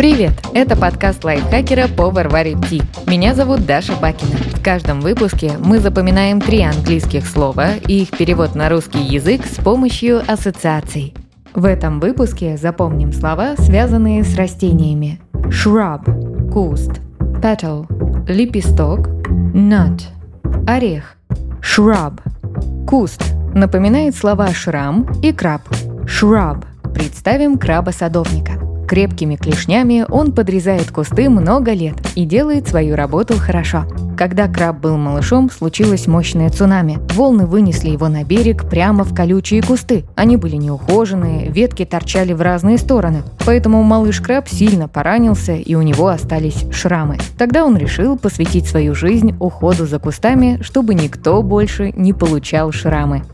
Привет! Это подкаст лайфхакера по Варваре Ти. Меня зовут Даша Бакина. В каждом выпуске мы запоминаем 3 английских слова и их перевод на русский язык с помощью ассоциаций. В этом выпуске запомним слова, связанные с растениями. Shrub – куст, petal – лепесток, nut – орех. Shrub – куст напоминает слова шрам и краб. Shrub – представим краба-садовника. Крепкими клешнями он подрезает кусты много лет и делает свою работу хорошо. Когда краб был малышом, случилось мощное цунами. Волны вынесли его на берег прямо в колючие кусты. Они были неухоженные, ветки торчали в разные стороны. Поэтому малыш-краб сильно поранился, и у него остались шрамы. Тогда он решил посвятить свою жизнь уходу за кустами, чтобы никто больше не получал шрамы.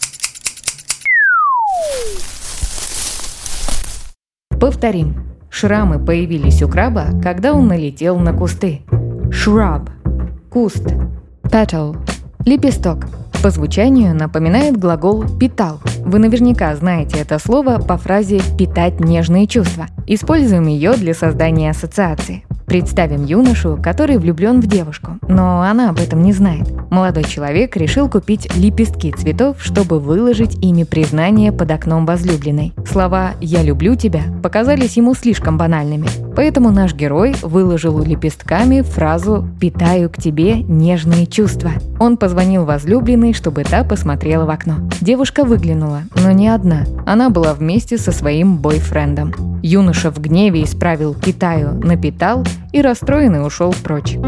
Повторим. Шрамы появились у краба, когда он налетел на кусты. Shrub – куст. Petal – лепесток. По звучанию напоминает глагол «питал». Вы наверняка знаете это слово по фразе «питать нежные чувства». Используем ее для создания ассоциации. Представим юношу, который влюблен в девушку, но она об этом не знает. Молодой человек решил купить лепестки цветов, чтобы выложить ими признание под окном возлюбленной. Слова «я люблю тебя» показались ему слишком банальными, поэтому наш герой выложил лепестками фразу «питаю к тебе нежные чувства». Он позвонил возлюбленной, чтобы та посмотрела в окно. Девушка выглянула, но не одна. Она была вместе со своим бойфрендом. Юноша в гневе исправил «питаю» на «питал» и расстроенный ушел прочь.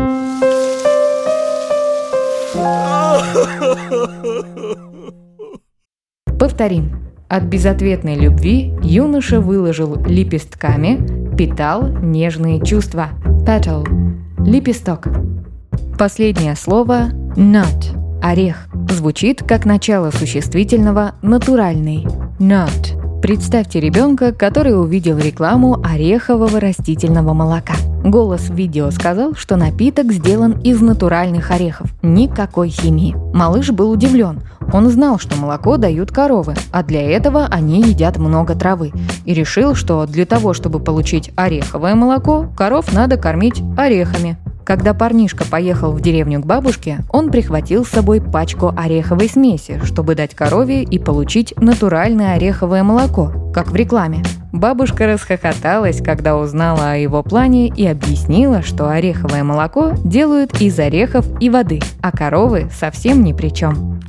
Повторим. От безответной любви юноша выложил лепестками, питал нежные чувства. Petal – лепесток. Последнее слово nut – орех. Звучит как начало существительного натуральный. Nut. Представьте ребенка, который увидел рекламу орехового растительного молока. Голос в видео сказал, что напиток сделан из натуральных орехов, никакой химии. Малыш был удивлен. Он знал, что молоко дают коровы, а для этого они едят много травы. И решил, что для того, чтобы получить ореховое молоко, коров надо кормить орехами. Когда парнишка поехал в деревню к бабушке, он прихватил с собой пачку ореховой смеси, чтобы дать корове и получить натуральное ореховое молоко, как в рекламе. Бабушка расхохоталась, когда узнала о его плане и объяснила, что ореховое молоко делают из орехов и воды, а коровы совсем ни при чем.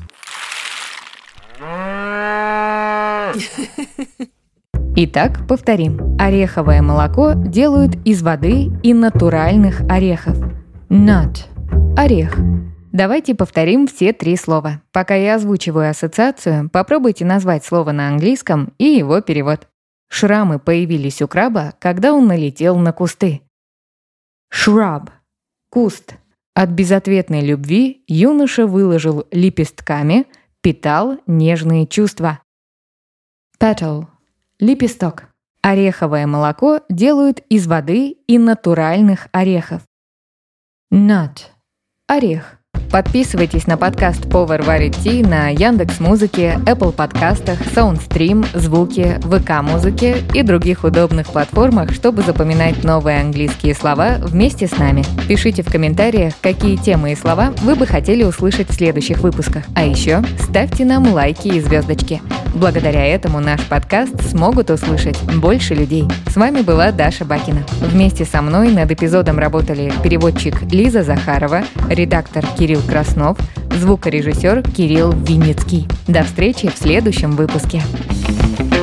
Итак, повторим. Ореховое молоко делают из воды и натуральных орехов. Nut – орех. Давайте повторим все 3 слова. Пока я озвучиваю ассоциацию, попробуйте назвать слово на английском и его перевод. Шрамы появились у краба, когда он налетел на кусты. Shrub – куст. От безответной любви юноша выложил лепестками, питал нежные чувства. Petal – лепесток. Ореховое молоко делают из воды и натуральных орехов. Nut – орех. Подписывайтесь на подкаст по Варваре Ти на Яндекс.Музыке, Apple подкастах, Soundstream, Звуки, ВК-музыке и других удобных платформах, чтобы запоминать новые английские слова вместе с нами. Пишите в комментариях, какие темы и слова вы бы хотели услышать в следующих выпусках. А еще ставьте нам лайки и звездочки. Благодаря этому наш подкаст смогут услышать больше людей. С вами была Даша Бакина. Вместе со мной над эпизодом работали переводчик Лиза Захарова, редактор Кирилл Краснов, звукорежиссер Кирилл Винницкий. До встречи в следующем выпуске.